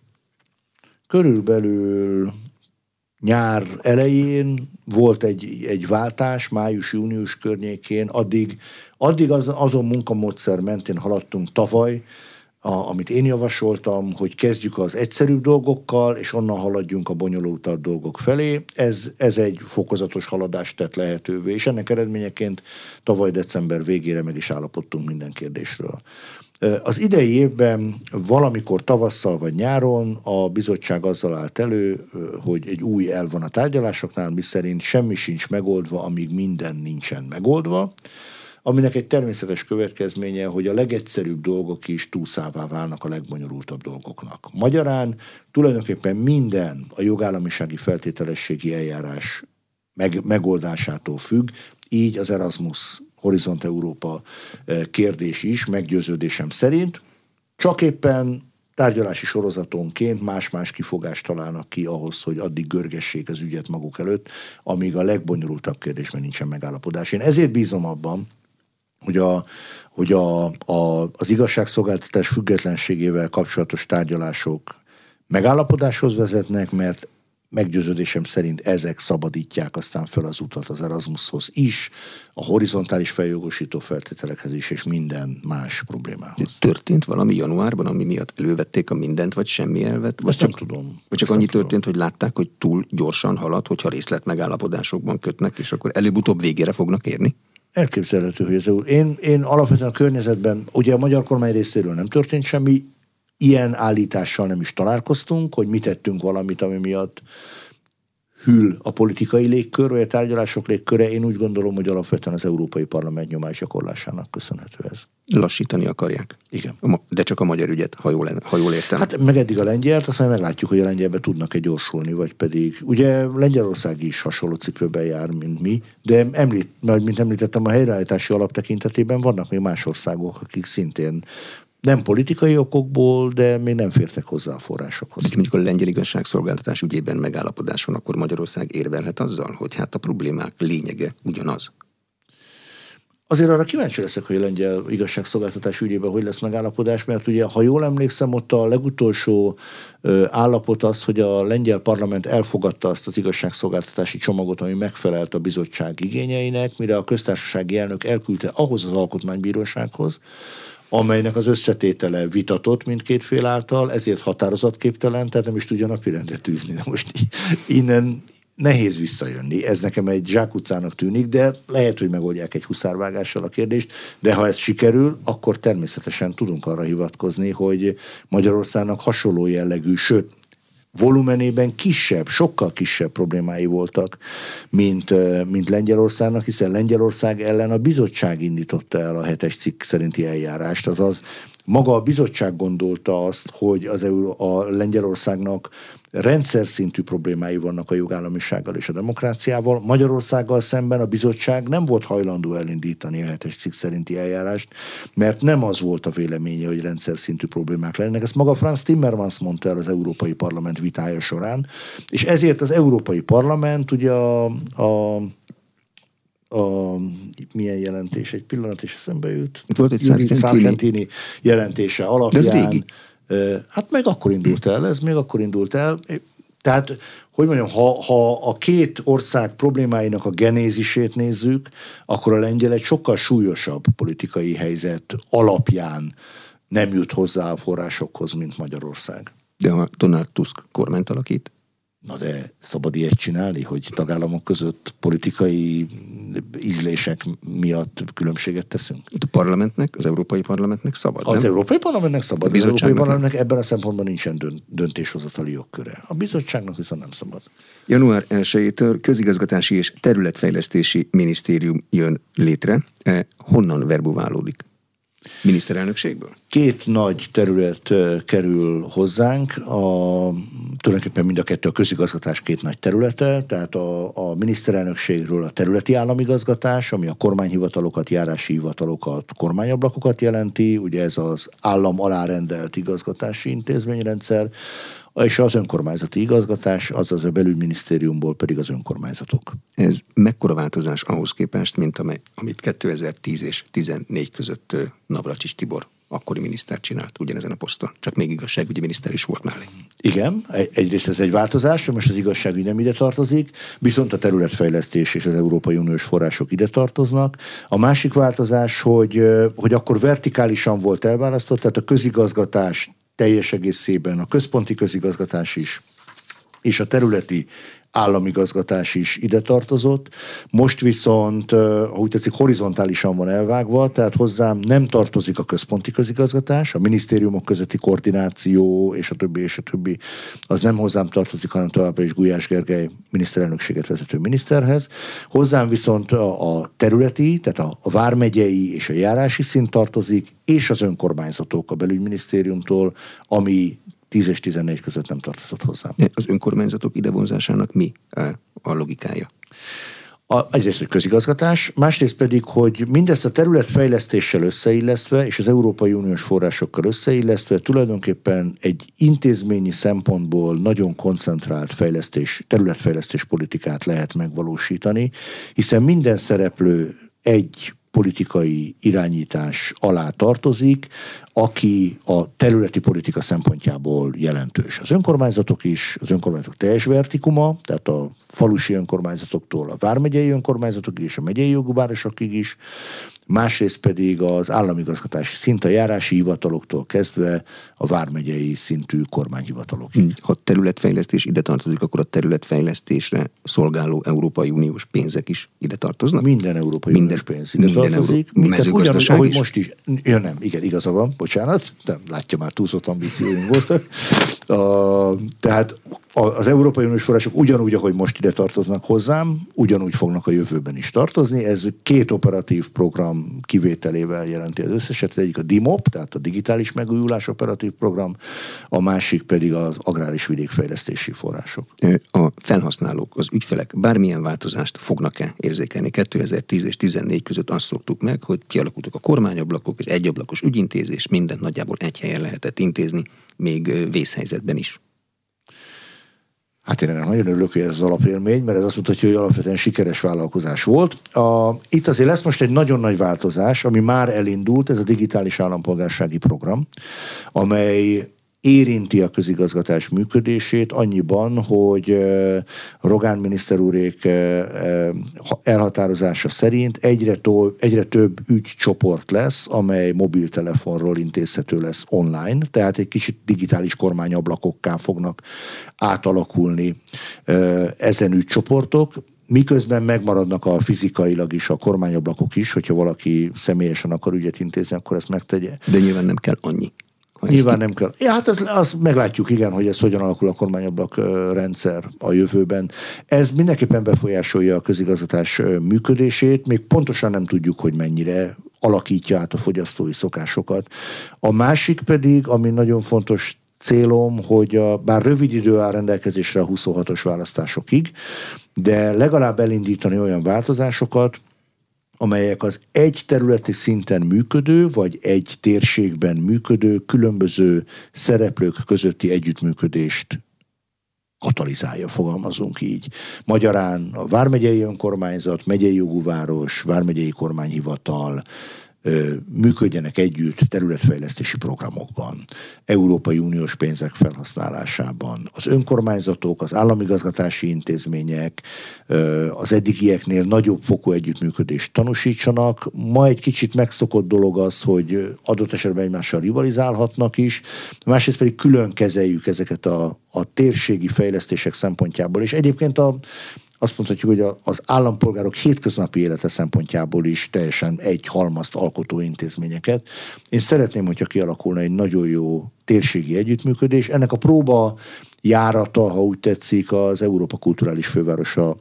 körülbelül nyár elején volt egy, egy váltás, május-június környékén, addig, addig az, azon munkamódszer mentén haladtunk tavaly, a, amit én javasoltam, hogy kezdjük az egyszerűbb dolgokkal, és onnan haladjunk a bonyolultabb dolgok felé. Ez, ez egy fokozatos haladást tett lehetővé, és ennek eredményeként tavaly december végére meg is állapodtunk minden kérdésről. Az idei évben valamikor tavasszal vagy nyáron a bizottság azzal állt elő, hogy egy új elv van a tárgyalásoknál, miszerint semmi sincs megoldva, amíg minden nincsen megoldva, aminek egy természetes következménye, hogy a legegyszerűbb dolgok is túlszává válnak a legbonyolultabb dolgoknak. Magyarán tulajdonképpen minden a jogállamisági feltételességi eljárás meg, megoldásától függ, így az Erasmus Horizont Európa kérdés is, meggyőződésem szerint, csak éppen tárgyalási sorozatonként más-más kifogást találnak ki ahhoz, hogy addig görgessék az ügyet maguk előtt, amíg a legbonyolultabb kérdésben nincsen megállapodás. Én ezért bízom abban, hogy, a, hogy a, a, az igazságszolgáltatás függetlenségével kapcsolatos tárgyalások megállapodáshoz vezetnek, mert meggyőződésem szerint ezek szabadítják aztán fel az utat az Erasmushoz is, a horizontális feljogosító feltételekhez is, és minden más problémához. Történt valami januárban, ami miatt elővették a mindent, vagy semmi elvet? Vagy Ezt csak, nem tudom. Vagy csak Ezt annyi tudom. történt, hogy látták, hogy túl gyorsan halad, hogyha részlet megállapodásokban kötnek, és akkor előbb-utóbb végére fognak érni? Elképzelhető, hogy ez én, én alapvetően a környezetben, ugye a magyar kormány részéről nem történt semmi, ilyen állítással nem is találkoztunk, hogy mi tettünk valamit, ami miatt hűl a politikai légkör, vagy a tárgyalások légköre. Én úgy gondolom, hogy alapvetően az Európai Parlament nyomásgyakorlásának köszönhető ez. Lassítani akarják. Igen. De csak a magyar ügyet, ha jól, ha jól értem. Hát meg eddig a lengyelt, aztán meglátjuk, hogy a lengyelbe tudnak-e gyorsulni, vagy pedig. Ugye Lengyelország is hasonló cipőben jár, mint mi, de említ, mint említettem, a helyreállítási alap tekintetében vannak még más országok, akik szintén nem politikai okokból, de még nem fértek hozzá a forrásokhoz. Ha mondjuk a lengyel igazságszolgáltatás ügyében megállapodás van, akkor Magyarország érvelhet azzal, hogy hát a problémák lényege ugyanaz. Azért arra kíváncsi leszek, hogy a lengyel igazságszolgáltatás ügyében hogy lesz megállapodás, mert ugye, ha jól emlékszem, ott a legutolsó ö, állapot az, hogy a lengyel parlament elfogadta azt az igazságszolgáltatási csomagot, ami megfelelt a bizottság igényeinek, mire a köztársasági elnök elküldte ahhoz az alkotmánybírósághoz, amelynek az összetétele vitatott mindkét fél által, ezért határozatképtelen, tehát nem is tudja napirendre tűzni. De most innen nehéz visszajönni. Ez nekem egy zsákutcának tűnik, de lehet, hogy megoldják egy huszárvágással a kérdést, de ha ez sikerül, akkor természetesen tudunk arra hivatkozni, hogy Magyarországnak hasonló jellegű, sőt, volumenében kisebb, sokkal kisebb problémái voltak, mint, mint Lengyelországnak, hiszen Lengyelország ellen a bizottság indította el a hetes cikk szerinti eljárást, azaz maga a bizottság gondolta azt, hogy az Euró- a Lengyelországnak rendszer szintű problémái vannak a jogállamisággal és a demokráciával. Magyarországgal szemben a bizottság nem volt hajlandó elindítani a hetes cikk szerinti eljárást, mert nem az volt a véleménye, hogy rendszer szintű problémák lennek. Ezt maga Franz Timmermans mondta el az Európai Parlament vitája során, és ezért az Európai Parlament ugye a, a a milyen jelentés, egy pillanat is eszembe jut. Itt volt egy Sargentini jelentése alapján. De ez régi. Hát meg akkor indult el, ez még akkor indult el. Tehát, hogy mondjam, ha, ha a két ország problémáinak a genézisét nézzük, akkor a lengyel egy sokkal súlyosabb politikai helyzet alapján nem jut hozzá a forrásokhoz, mint Magyarország. De ha Donald Tusk kormányt alakít? Na de szabad ilyet csinálni, hogy tagállamok között politikai ízlések miatt különbséget teszünk? Itt a parlamentnek, az Európai Parlamentnek szabad, Az nem? Európai Parlamentnek szabad, A az Európai Parlamentnek nem. ebben a szempontban nincsen döntéshozatali jogköre. A bizottságnak viszont nem szabad. január elsejétől közigazgatási és területfejlesztési minisztérium jön létre. Honnan verbuválódik? Miniszterelnökségből? Két nagy terület kerül hozzánk, a, tulajdonképpen mind a kettő a közigazgatás két nagy területe, tehát a, a miniszterelnökségről a területi államigazgatás, ami a kormányhivatalokat, járási hivatalokat, kormányablakokat jelenti, ugye ez az állam alárendelt igazgatási intézményrendszer, és az önkormányzati igazgatás, azaz a belügyminisztériumból pedig az önkormányzatok. Ez mekkora változás ahhoz képest, mint amely, amit kétezer-tíz és tizennégy között Navracsics Tibor akkori miniszter csinált ugyanezen a poszton, csak még igazságügyi miniszter is volt mellé. Igen, egyrészt ez egy változás, most az igazságügy nem ide tartozik, viszont a területfejlesztés és az Európai Uniós források ide tartoznak. A másik változás, hogy, hogy akkor vertikálisan volt elválasztott, tehát a közigazgatás teljes egészében, a központi közigazgatás is, és a területi államigazgatás is ide tartozott. Most viszont, ha úgy tetszik, horizontálisan van elvágva, tehát hozzám nem tartozik a központi közigazgatás, a minisztériumok közötti koordináció, és a többi, és a többi, az nem hozzám tartozik, hanem továbbra is Gulyás Gergely miniszterelnökséget vezető miniszterhez. Hozzám viszont a, a területi, tehát a, a vármegyei és a járási szint tartozik, és az önkormányzatok a belügyminisztériumtól, ami tíz és tizennégy között nem tartozott hozzá. Az önkormányzatok idevonzásának mi a logikája? A, egyrészt, hogy közigazgatás, másrészt pedig, hogy mindezt a területfejlesztéssel összeillesztve, és az Európai Uniós forrásokkal összeillesztve tulajdonképpen egy intézményi szempontból nagyon koncentrált fejlesztés, területfejlesztés politikát lehet megvalósítani, hiszen minden szereplő egy politikai irányítás alá tartozik, aki a területi politika szempontjából jelentős. Az önkormányzatok is, az önkormányzatok teljes vertikuma, tehát a falusi önkormányzatoktól a vármegyei önkormányzatokig és a megyei jogú városokig is, másrészt pedig az államigazgatási szint, a járási hivataloktól kezdve a vármegyei szintű kormányhivatalokig. Ha területfejlesztés ide tartozik, akkor a területfejlesztésre szolgáló Európai Uniós pénzek is ide tartoznak? Minden Európai minden, Uniós pénz ide minden tartozik. Euró... Mezőgazdaság ugyanúgy, is? Most is. Ja, nem, igen, igaza van, bocsánat, de látja, már túlzott ambícióink voltak. A, tehát az Európai Uniós források ugyanúgy, ahogy most ide tartoznak hozzám, ugyanúgy fognak a jövőben is tartozni. Ez két operatív program kivételével jelenti az összeset. Az egyik a dé i em o pé, tehát a digitális megújulás operatív program, a másik pedig az agráris vidékfejlesztési források. A felhasználók, az ügyfelek bármilyen változást fognak-e érzékelni? kétezer-tíz és tizennégy között azt szoktuk meg, hogy kialakultak a kormányablakok, és egyablakos ügyintézés, mindent nagyjából egy helyen lehetett intézni, még vészhelyzetben is. Hát én nagyon örülök, hogy ez az alapélmény, mert ez azt mutatja, hogy alapvetően sikeres vállalkozás volt. A, itt azért lesz most egy nagyon nagy változás, ami már elindult, ez a digitális állampolgársági program, amely érinti a közigazgatás működését annyiban, hogy Rogán miniszter úrék elhatározása szerint egyre, to- egyre több ügycsoport lesz, amely mobiltelefonról intézhető lesz online, tehát egy kicsit digitális kormányablakokká fognak átalakulni ezen ügycsoportok, miközben megmaradnak a fizikailag is a kormányablakok is, hogyha valaki személyesen akar ügyet intézni, akkor ezt megtegye. De nyilván nem kell annyi. Nyilván nem kell. Ja, hát ez, azt meglátjuk, igen, hogy ez hogyan alakul a kormányablak rendszer a jövőben. Ez mindenképpen befolyásolja a közigazgatás működését, még pontosan nem tudjuk, hogy mennyire alakítja át a fogyasztói szokásokat. A másik pedig, ami nagyon fontos célom, hogy a, bár rövid idő áll rendelkezésre a huszonhatos választásokig, de legalább elindítani olyan változásokat, amelyek az egy területi szinten működő, vagy egy térségben működő különböző szereplők közötti együttműködést katalizálja, fogalmazunk így. Magyarán a vármegyei önkormányzat, megyei jogú város, vármegyei kormányhivatal működjenek együtt területfejlesztési programokban, Európai Uniós pénzek felhasználásában. Az önkormányzatok, az államigazgatási intézmények az eddigieknél nagyobb fokú együttműködést tanúsítsanak. Ma egy kicsit megszokott dolog az, hogy adott esetben egymással rivalizálhatnak is, másrészt pedig külön kezeljük ezeket a, a térségi fejlesztések szempontjából. És egyébként a azt mondhatjuk, hogy az állampolgárok hétköznapi élete szempontjából is teljesen egy halmazt alkotó intézményeket. Én szeretném, hogyha kialakulna egy nagyon jó térségi együttműködés. Ennek a próba járata, ha úgy tetszik, az Európa Kulturális Fővárosa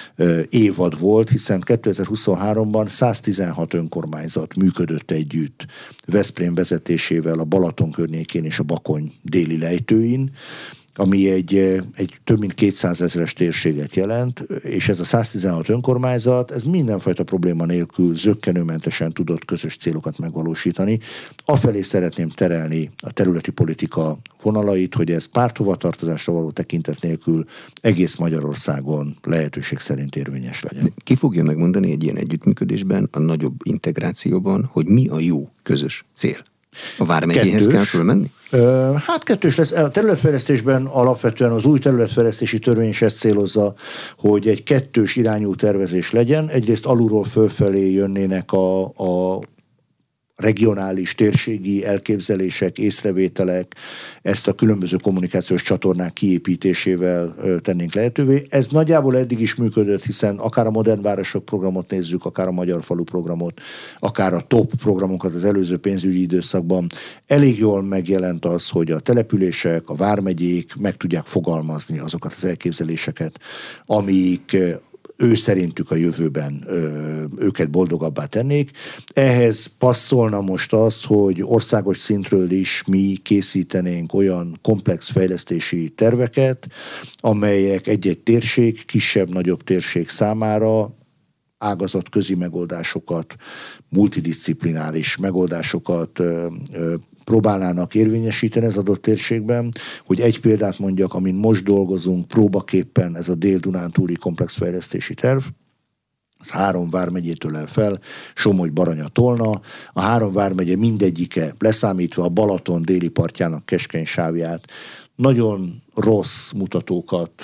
évad volt, hiszen kétezer-huszonháromban száztizenhat önkormányzat működött együtt Veszprém vezetésével a Balaton környékén és a Bakony déli lejtőin, ami egy, egy több mint kétszázezres térséget jelent, és ez a száztizenhat önkormányzat, ez mindenfajta probléma nélkül zökkenőmentesen tudott közös célokat megvalósítani. Afelé szeretném terelni a területi politika vonalait, hogy ez párthovatartozásra való tekintet nélkül egész Magyarországon lehetőség szerint érvényes legyen. Ki fogja megmondani egy ilyen együttműködésben, a nagyobb integrációban, hogy mi a jó közös cél? A vármegyéhez kell fölmenni? Hát kettős lesz. A területfejlesztésben alapvetően az új területfejlesztési törvény is ezt célozza, hogy egy kettős irányú tervezés legyen. Egyrészt alulról fölfelé jönnének a, a regionális, térségi elképzelések, észrevételek, ezt a különböző kommunikációs csatornák kiépítésével tennénk lehetővé. Ez nagyjából eddig is működött, hiszen akár a Modern Városok programot nézzük, akár a Magyar Falu programot, akár a top programokat az előző pénzügyi időszakban, elég jól megjelent az, hogy a települések, a vármegyék meg tudják fogalmazni azokat az elképzeléseket, amik ő szerintük a jövőben ö, őket boldogabbá tennék. Ehhez passzolna most az, hogy országos szintről is mi készítenénk olyan komplex fejlesztési terveket, amelyek egy-egy térség, kisebb-nagyobb térség számára ágazatközi megoldásokat, multidisciplináris megoldásokat ö, ö, próbálnának érvényesíteni az adott térségben. Hogy egy példát mondjak, amin most dolgozunk próbaképpen, ez a Dél-Dunántúli komplexfejlesztési terv. Ez három vármegyétől el fel, Somogy, Baranya, Tolna. A három vármegye mindegyike, leszámítva a Balaton déli partjának keskeny sávját, nagyon rossz mutatókat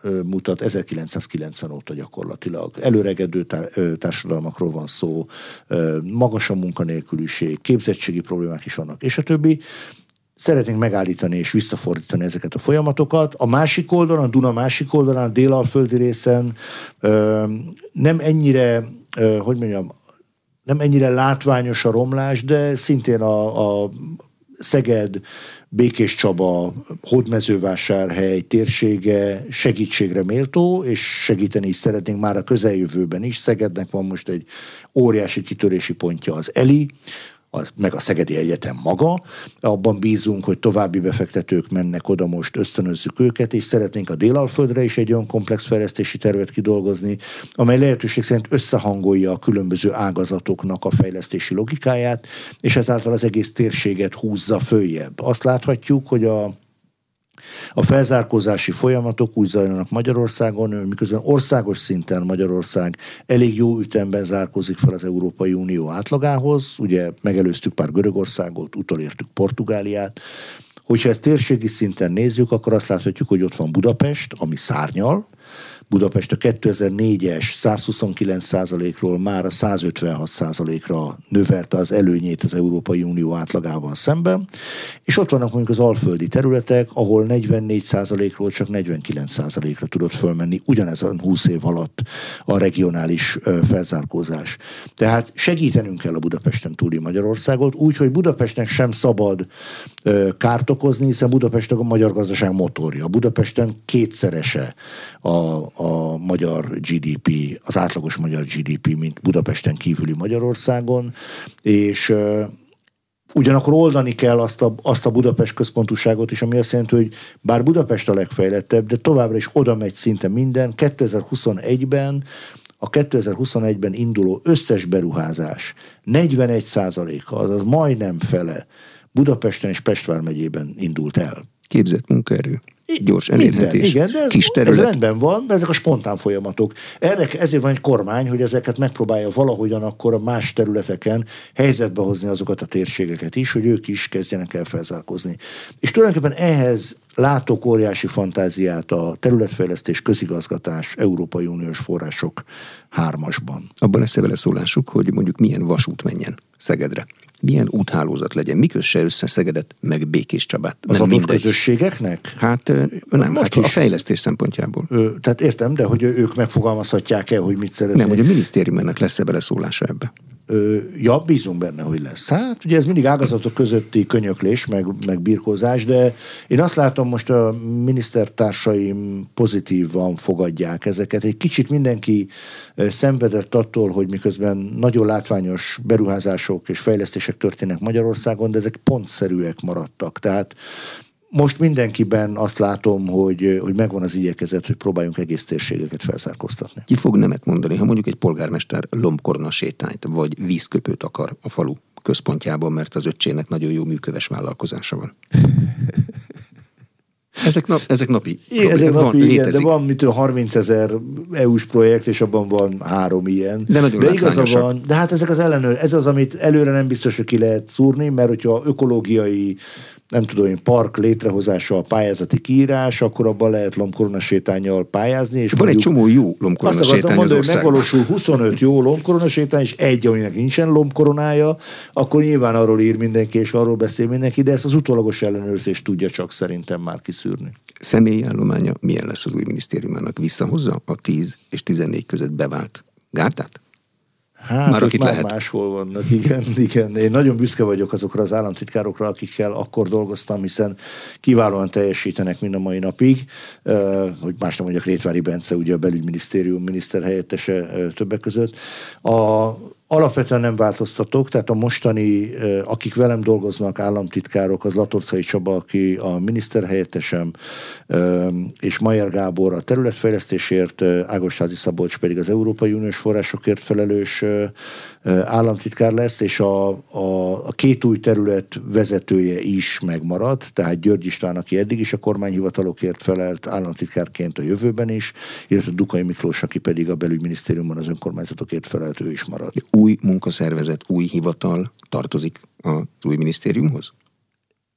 mutat ezerkilencszázkilencven óta gyakorlatilag. Előregedő társadalmakról van szó, magas a munkanélküliség, képzettségi problémák is vannak, és a többi. Szeretnénk megállítani és visszafordítani ezeket a folyamatokat. A másik oldalon, a Duna másik oldalán, a délalföldi részen nem ennyire, hogy mondjam, nem ennyire látványos a romlás, de szintén a, a Szeged, Békéscsaba, Hódmezővásárhely térsége segítségre méltó, és segíteni is szeretnénk már a közeljövőben is. Szegednek van most egy óriási kitörési pontja, az E L I, az, meg a Szegedi Egyetem maga. Abban bízunk, hogy további befektetők mennek oda, most ösztönözzük őket, és szeretnénk a Délalföldre is egy olyan komplex fejlesztési tervet kidolgozni, amely lehetőség szerint összehangolja a különböző ágazatoknak a fejlesztési logikáját, és ezáltal az egész térséget húzza följebb. Azt láthatjuk, hogy a A felzárkózási folyamatok úgy zajlanak Magyarországon, miközben országos szinten Magyarország elég jó ütemben zárkózik fel az Európai Unió átlagához. Ugye megelőztük pár Görögországot, utolértük Portugáliát. Hogyha ezt térségi szinten nézzük, akkor azt láthatjuk, hogy ott van Budapest, ami szárnyal. Budapest a kétezer-négyes százhuszonkilenc százalékról már a százötvenhat százalékra növelte az előnyét az Európai Unió átlagával szemben, és ott vannak mondjuk az alföldi területek, ahol negyvennégy százalékról csak negyvenkilenc százalékra tudott fölmenni ugyanezen húsz év alatt a regionális felzárkózás. Tehát segítenünk kell a Budapesten túli Magyarországot, úgy, hogy Budapestnek sem szabad kárt okozni, hiszen Budapest a magyar gazdaság motorja. Budapesten kétszerese a a magyar gé dé pé, az átlagos magyar gé dé pé, mint Budapesten kívüli Magyarországon, és uh, ugyanakkor oldani kell azt a, azt a Budapest központúságot is, ami azt jelenti, hogy bár Budapest a legfejlettebb, de továbbra is oda megy szinte minden. kétezer-huszonegyben a kétezer-huszonegyben induló összes beruházás negyvenegy százaléka, azaz majdnem fele Budapesten és Pest vármegyében indult el. Képzett munkaerő. Gyors elérhetés, minden, igen, de ez, kis terület. Ez rendben van, de ezek a spontán folyamatok. Erre, ezért van egy kormány, hogy ezeket megpróbálja valahogyan akkor a más területeken helyzetbe hozni azokat a térségeket is, hogy ők is kezdjenek el felzárkózni. És tulajdonképpen ehhez látok óriási fantáziát a területfejlesztés, közigazgatás, Európai Uniós források hármasban. Abban lesz beleszólásuk, hogy mondjuk milyen vasút menjen Szegedre. Milyen úthálózat legyen, mi kösse össze Szegedet, meg Békéscsabát. Az adott közösségeknek? Hát nem, most hát a fejlesztés szempontjából. Ö, tehát értem, de hogy ők megfogalmazhatják-e, hogy mit szeretnék? Nem, hogy a minisztériumnak lesz-e beleszólása ebbe? Ö, ja, bízunk benne, hogy lesz. Hát ugye ez mindig ágazatok közötti könyöklés, meg, meg birkózás, de én azt látom, most a minisztertársaim pozitívan fogadják ezeket. Egy kicsit mindenki szenvedett attól, hogy miközben nagyon látványos beruházások és fejlesztések történnek Magyarországon, de ezek pontszerűek maradtak. Tehát most mindenkiben azt látom, hogy, hogy megvan az igyekezet, hogy próbáljunk egész térségeket felzárkóztatni. Ki fog nemet mondani, ha mondjuk egy polgármester lombkorona sétányt vagy vízköpőt akar a falu központjában, mert az öccsének nagyon jó műköves vállalkozása van? Ezek, nap, ezek napi. Igen, ezek napi, van, igen, de van mitől harmincezer é u-s projekt, és abban van három ilyen. De nagyon de igaza van, de hát ezek az ellenőr, ez az, amit előre nem biztos, hogy ki lehet szúrni, mert hogyha ökológiai, nem tudom én, park létrehozása a pályázati kiírás, akkor abban lehet lombkoronasétánnyal pályázni. És van mondjuk, egy csomó jó lombkoronasétány az országban. Megvalósul huszonöt jó lombkoronasétány, és egy, aminek nincsen lombkoronája, akkor nyilván arról ír mindenki, és arról beszél mindenki, de ezt az utólagos ellenőrzést tudja csak szerintem már kiszűrni. Személyi állománya milyen lesz az új minisztériumának? Visszahozza a tíz és tizennégy között bevált gárdát? Hát, már, már lehet. Máshol vannak, igen, igen. Én nagyon büszke vagyok azokra az államtitkárokra, akikkel akkor dolgoztam, hiszen kiválóan teljesítenek mind a mai napig, hogy más nem mondjak, Rétvári Bence, ugye a belügyminisztérium miniszterhelyettese többek között. A Alapvetően nem változtatok, tehát a mostani, akik velem dolgoznak, államtitkárok, az Latorcai Csaba, aki a miniszterhelyettesem, és Mayer Gábor a területfejlesztésért, Ágostázi Szabolcs pedig az Európai Uniós forrásokért felelős államtitkár lesz, és a, a, a két új terület vezetője is megmarad, tehát György István, aki eddig is a kormányhivatalokért felelt államtitkárként a jövőben is, illetve Dukai Miklós, aki pedig a belügyminisztériumban az önkormányzatokért felelt, ő is marad. Új munkaszervezet, új hivatal tartozik az új minisztériumhoz?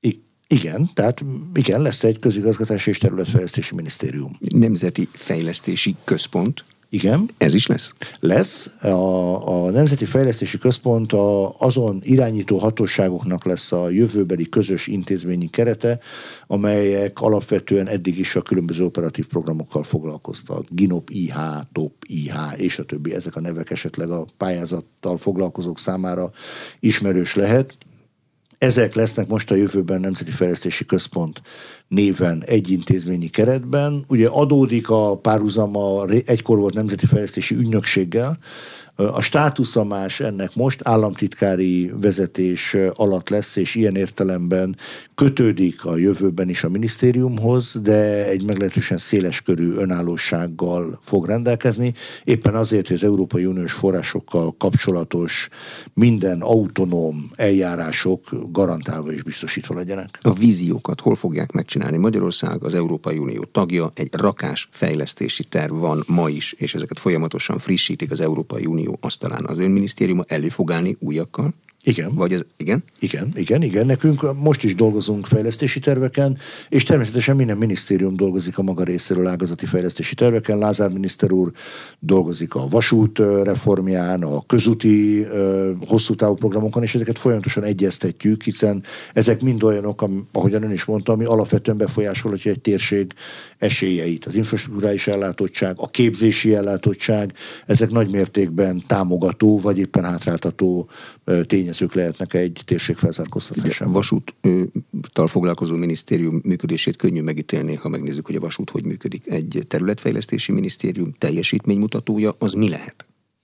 Igen, tehát igen, lesz egy közigazgatási és területfejlesztési minisztérium. Nemzeti Fejlesztési Központ. Igen. Ez is lesz? Lesz. A, a Nemzeti Fejlesztési Központ a, azon irányító hatóságoknak lesz a jövőbeli közös intézményi kerete, amelyek alapvetően eddig is a különböző operatív programokkal foglalkoztak. GINOP, I H, TOP, I H és a többi. Ezek a nevek esetleg a pályázattal foglalkozók számára ismerős lehet. Ezek lesznek most a jövőben Nemzeti Fejlesztési Központ néven egy intézményi keretben. Ugye adódik a párhuzama egykor volt Nemzeti Fejlesztési Ügynökséggel. A státusza más ennek most, államtitkári vezetés alatt lesz, és ilyen értelemben kötődik a jövőben is a minisztériumhoz, de egy meglehetősen széleskörű önállósággal fog rendelkezni, éppen azért, hogy az Európai Uniós forrásokkal kapcsolatos minden autonóm eljárások garantálva és biztosítva legyenek. A víziókat hol fogják megcsinálni? Magyarország az Európai Unió tagja, egy rakás fejlesztési terv van ma is, és ezeket folyamatosan frissítik az Európai Unió asztalán. Az ön minisztériuma elő fog állni újakkal? Igen. Vagy ez, igen? Igen, igen, igen. Nekünk most is dolgozunk fejlesztési terveken, és természetesen minden minisztérium dolgozik a maga részéről ágazati fejlesztési terveken. Lázár miniszter úr dolgozik a vasút reformján, a közúti hosszú távú programokon, és ezeket folyamatosan egyeztetjük, hiszen ezek mind olyanok, ahogyan ön is mondta, ami alapvetően befolyásolhatja egy térség esélyeit. Az infrastruktúrális ellátottság, a képzési ellátottság, ezek nagy mértékben támogató, vagy éppen hátráltató tényezők lehetnek egy térség felzárkóztatásában. A vasúttal foglalkozó minisztérium működését könnyű megítélni, ha megnézzük, hogy a vasút hogy működik. Egy területfejlesztési minisztérium teljesítménymutatója az mi lehet?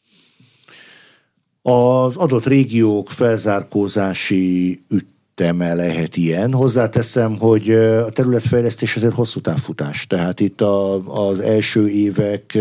Az adott régiók felzárkózási üt teme lehet ilyen. Hozzáteszem, hogy a területfejlesztés azért hosszú távfutás. Tehát itt a, az első évek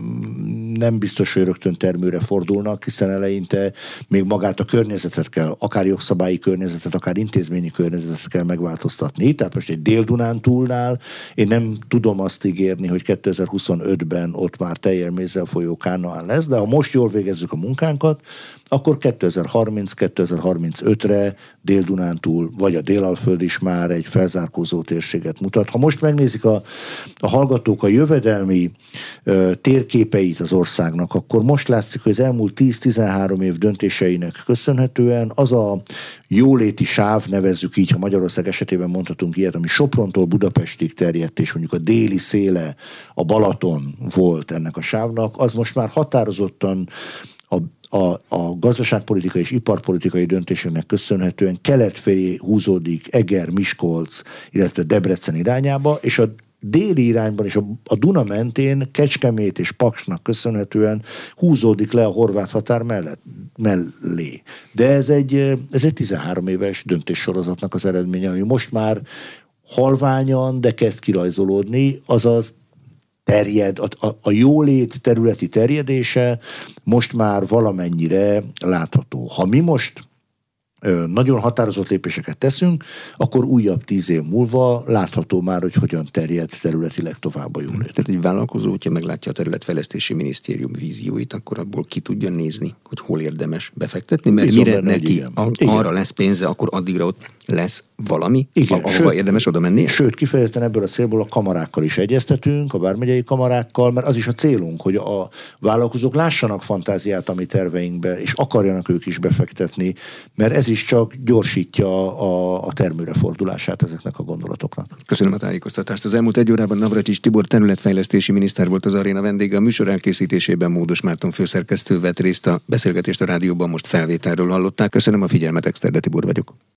nem biztos, hogy rögtön termőre fordulnak, hiszen eleinte még magát a környezetet kell, akár jogszabályi környezetet, akár intézményi környezetet kell megváltoztatni. Tehát most egy Dél-Dunántúlnál én nem tudom azt ígérni, hogy kétezer-huszonötben ott már teljel mézzel folyó Kánaán lesz, de ha most jól végezzük a munkánkat, akkor kétezer-harminc kétezer-harmincötre Dél-Dunántúl vagy a Délalföld is már egy felzárkózó térséget mutat. Ha most megnézik a, a hallgatók a jövedelmi ö, térképeit az országnak, akkor most látszik, hogy az elmúlt tíz-tizenhárom év döntéseinek köszönhetően az a jóléti sáv, nevezzük így, ha Magyarország esetében mondhatunk ilyet, ami Soprontól Budapestig terjedt, és mondjuk a déli széle, a Balaton volt ennek a sávnak, az most már határozottan a A, a gazdaságpolitikai és iparpolitikai döntéseknek köszönhetően kelet felé húzódik Eger, Miskolc, illetve Debrecen irányába, és a déli irányban és a, a Duna mentén Kecskemét és Paksnak köszönhetően húzódik le a horvát határ mellett, mellé. De ez egy, ez egy tizenhárom éves döntéssorozatnak az eredménye, ami most már halványan, de kezd kirajzolódni, azaz terjed, a, a, a jólét területi terjedése most már valamennyire látható. Ha mi most ö, nagyon határozott lépéseket teszünk, akkor újabb tíz év múlva látható már, hogy hogyan terjed területileg tovább a jólét. Tehát egy vállalkozó, hogyha meglátja a Területfejlesztési Minisztérium vízióit, akkor abból ki tudja nézni, hogy hol érdemes befektetni, mert Bizony mire benne, neki a, arra lesz pénze, akkor addigra ott lesz valami, igen, ahova sőt, érdemes oda menni? Sőt, kifejezetten ebből a célból a kamarákkal is egyeztetünk, a vármegyei kamarákkal, mert az is a célunk, hogy a vállalkozók lássanak fantáziát a mi terveinkbe, és akarjanak ők is befektetni, mert ez is csak gyorsítja a, a termőre fordulását ezeknek a gondolatoknak. Köszönöm a tájékoztatást. Az elmúlt egy órában Navracsics Tibor területfejlesztési miniszter volt az aréna vendége. A műsor elkészítésében Módos Márton főszerkesztő vett részt, a beszélgetést a rádióban most felvételről hallották. Köszönöm a figyelmet, Exterde Tibor vagyok.